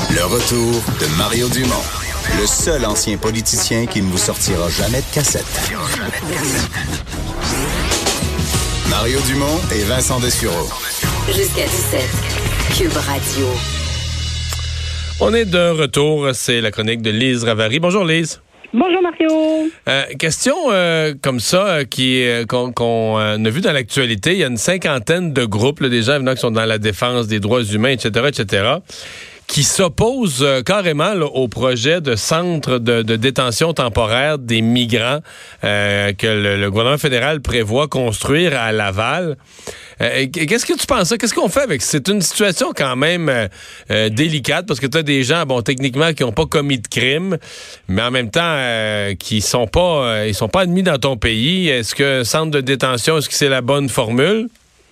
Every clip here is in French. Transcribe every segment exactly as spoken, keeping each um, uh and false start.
Le retour de Mario Dumont, le seul ancien politicien qui ne vous sortira jamais de cassette. Mario Dumont et Vincent Dessureau. Jusqu'à dix-sept, Cube Radio. On est de retour, c'est la chronique de Lise Ravary. Bonjour Lise. Bonjour Mario. Euh, question euh, comme ça euh, qui euh, qu'on, qu'on euh, a vu dans l'actualité. Il y a une cinquantaine de groupes, là, des gens qui sont dans la défense des droits humains, et cetera, et cetera, qui s'opposent euh, carrément là, au projet de centre de, de détention temporaire des migrants euh, que le, le gouvernement fédéral prévoit construire à Laval. Euh, qu'est-ce que tu penses ça? Qu'est-ce qu'on fait avec ça? C'est une situation quand même euh, euh, délicate parce que tu as des gens, bon, techniquement, qui n'ont pas commis de crime, mais en même temps, euh, qui sont pas, euh, ils sont pas admis dans ton pays. Est-ce que centre de détention, est-ce que c'est la bonne formule?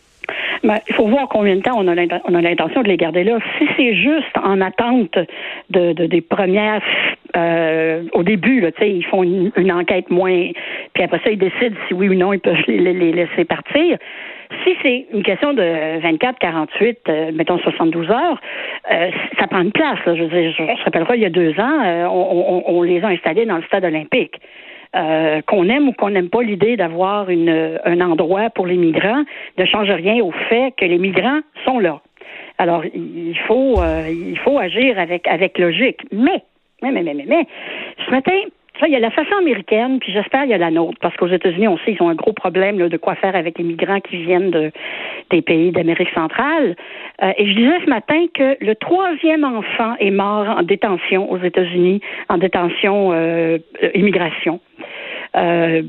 Ben, il faut voir combien de temps on a, on a l'intention de les garder là. Si c'est juste en attente de, de des premières, euh, au début, là, tu sais, ils font une, une enquête moins, puis après ça, ils décident si oui ou non ils peuvent les, les, les laisser partir. Si c'est une question de vingt-quatre, quarante-huit, euh, mettons soixante-douze heures, euh, ça prend une place. Là. Je veux dire, je, je rappelle pas, il y a deux ans, euh, on, on, on les a installés dans le stade olympique. Euh, qu'on aime ou qu'on n'aime pas l'idée d'avoir une, un endroit pour les migrants, ne change rien au fait que les migrants sont là. Alors, il faut, euh, il faut agir avec, avec logique. Mais, mais, mais, mais, mais, mais, ce matin, il y a la façon américaine, puis j'espère qu'il y a la nôtre, parce qu'aux États-Unis, on sait qu'ils ont un gros problème là, de quoi faire avec les migrants qui viennent de, des pays d'Amérique centrale. Euh, et je disais ce matin que le troisième enfant est mort en détention aux États-Unis, en détention euh, immigration. Euh,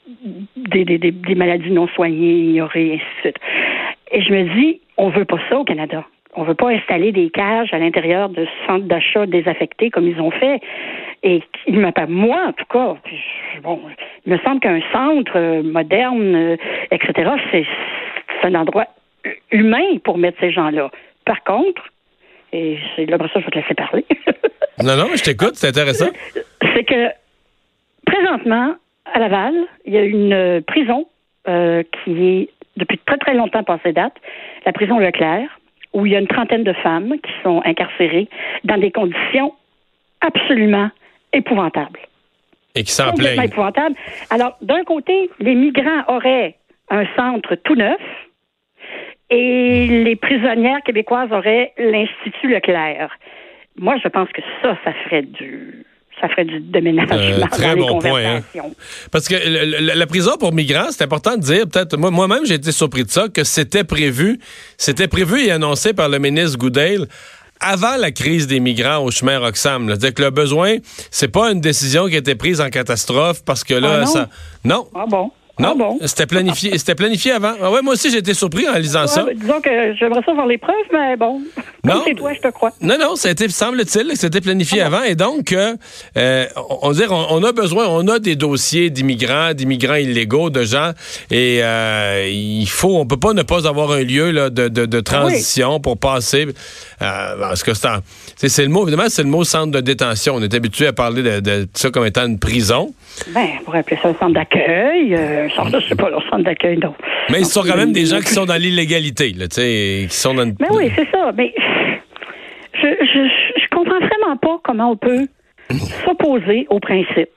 des, des, des, des maladies non soignées, ignorées, et ainsi de suite. Et je me dis, on veut pas ça au Canada. On veut pas installer des cages à l'intérieur de centres d'achat désaffectés comme ils ont fait. Et il me pas moi, en tout cas, puis, bon, il me semble qu'un centre euh, moderne, euh, et cetera, c'est, c'est un endroit humain pour mettre ces gens-là. Par contre, et c'est là, pour ça, je vais te laisser parler. non, non, je t'écoute, c'est intéressant. C'est que, présentement, à Laval, il y a une prison euh, qui est, depuis très, très longtemps passée date, la prison Leclerc, où il y a une trentaine de femmes qui sont incarcérées dans des conditions absolument épouvantables. Et qui s'en Complètement plaignent. épouvantables. Alors, d'un côté, les migrants auraient un centre tout neuf et les prisonnières québécoises auraient l'Institut Leclerc. Moi, je pense que ça, ça ferait du... ça ferait du déménagement euh, très dans bon les point, hein? Parce que le, le, la prison pour migrants, c'est important de dire, peut-être, moi, moi-même, j'ai été surpris de ça, que c'était prévu, c'était prévu et annoncé par le ministre Goodale avant la crise des migrants au chemin Roxham. C'est-à-dire que le besoin, c'est pas une décision qui a été prise en catastrophe parce que là, ah non? ça... Non. Ah bon? Non, ah bon? c'était planifié, c'était planifié avant. Ah ouais, moi aussi, j'ai été surpris en lisant ouais, ça. Disons que j'aimerais ça voir les preuves, mais bon, comme non. c'est toi, je te crois. Non, non, ça a été, semble-t-il, que c'était planifié ah bon. avant. Et donc, euh, on, on, dire, on, on a besoin, on a des dossiers d'immigrants, d'immigrants illégaux, de gens, et euh, il faut, on peut pas ne pas avoir un lieu là, de, de, de transition oui. pour passer. Euh, parce que c'est, en, c'est, c'est le mot, évidemment, c'est le mot centre de détention. On est habitué à parler de, de ça comme étant une prison. Ben, on pourrait appeler ça un centre d'accueil. Euh, je sais pas, leur centre d'accueil, non. Mais ce sont quand même des gens qui sont dans l'illégalité, là, tu sais, qui sont dans une... Mais oui, c'est ça. Mais je, je, je comprends vraiment pas comment on peut s'opposer au principe.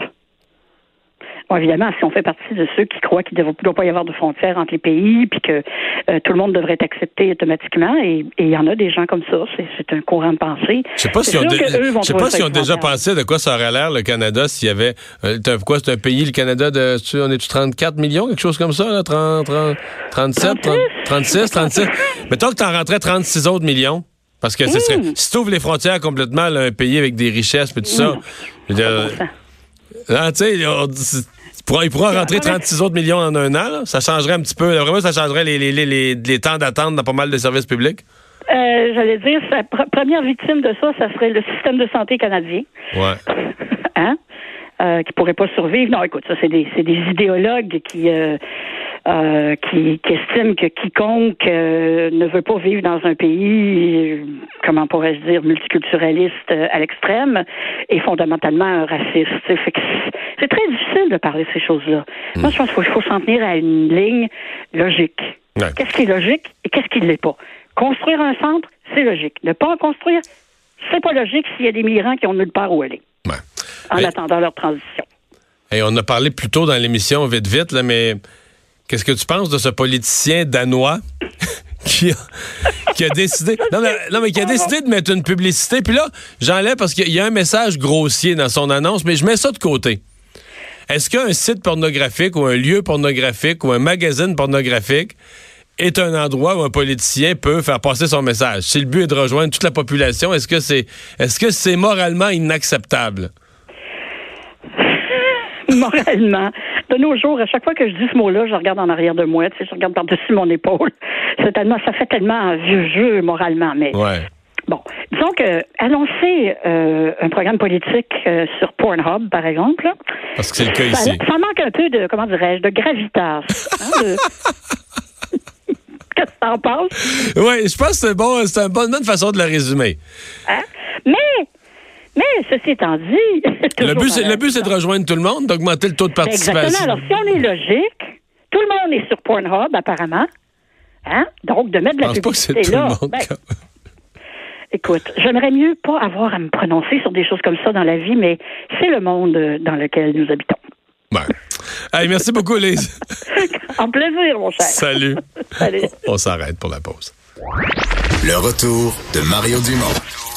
Bon, évidemment, si on fait partie de ceux qui croient qu'il ne doit pas y avoir de frontières entre les pays, puis que euh, tout le monde devrait être accepté automatiquement, et il y en a des gens comme ça, c'est, c'est un courant de pensée. Je sais pas si on, dé... je sais pas si on a déjà pensé de quoi ça aurait l'air le Canada s'il y avait euh, quoi, c'est un pays, le Canada de, on est trente-quatre millions, quelque chose comme ça, là, trente, trente, trente-sept, trente, trente-six, trente-six. Mettons que t'en rentrais trente-six autres millions. Parce que ce serait, mmh. si tu ouvres les frontières complètement, là, un pays avec des richesses et tout ça, mmh. euh, ah, tu sais, il pourra rentrer trente-six autres millions en un an, là. Ça changerait un petit peu. Là, vraiment, ça changerait les, les, les, les, les temps d'attente dans pas mal de services publics. Euh, j'allais dire, sa pr- première victime de ça, ça serait le système de santé canadien. Ouais. hein? Euh, qui pourrait pas survivre. Non, écoute, ça, c'est des, c'est des idéologues qui, euh, euh, qui, qui estiment que quiconque euh, ne veut pas vivre dans un pays, euh, comment pourrais-je dire, multiculturaliste euh, à l'extrême, est fondamentalement raciste. Fait que c'est, c'est très difficile de parler de ces choses-là. Mmh. Moi, je pense qu'il faut, faut s'en tenir à une ligne logique. Ouais. Qu'est-ce qui est logique et qu'est-ce qui ne l'est pas? Construire un centre, c'est logique. Ne pas en construire, c'est pas logique s'il y a des migrants qui ont nulle part où aller. Ouais. En et, attendant leur transition. Et on a parlé plus tôt dans l'émission, vite, vite, là, mais qu'est-ce que tu penses de ce politicien danois qui, a, qui a décidé... Non mais, non, mais qui a décidé de mettre une publicité. Puis là, j'enlève parce qu'il y a un message grossier dans son annonce, mais je mets ça de côté. Est-ce qu'un site pornographique ou un lieu pornographique ou un magazine pornographique est un endroit où un politicien peut faire passer son message? Si le but est de rejoindre toute la population, est-ce que c'est, est-ce que c'est moralement inacceptable? Moralement. De nos jours, à chaque fois que je dis ce mot-là, je regarde en arrière de moi, tu sais, je regarde par-dessus mon épaule. C'est tellement, ça fait tellement un vieux jeu moralement, mais... Ouais. Bon, disons que annoncer euh, un programme politique euh, sur Pornhub, par exemple, là, parce que c'est le cas ça, ici. Ça manque un peu de, comment dirais-je, de gravitas. Hein, de... Qu'est-ce que t'en penses? Oui, je pense que c'est bon, c'est une bonne, bonne façon de la résumer. Hein? Mais, mais, ceci étant dit... Le but, c'est, le but, c'est de rejoindre tout le monde, d'augmenter le taux de participation. Exactement. Alors, si on est logique, tout le monde est sur Pornhub, apparemment. Hein? Donc, de mettre de la je pense publicité pas que c'est là... tout le monde, Ben, écoute, j'aimerais mieux pas avoir à me prononcer sur des choses comme ça dans la vie, mais c'est le monde dans lequel nous habitons. Ouais. Hey, merci beaucoup, Lise. En plaisir, mon cher. Salut. Salut. On s'arrête pour la pause. Le retour de Mario Dumont.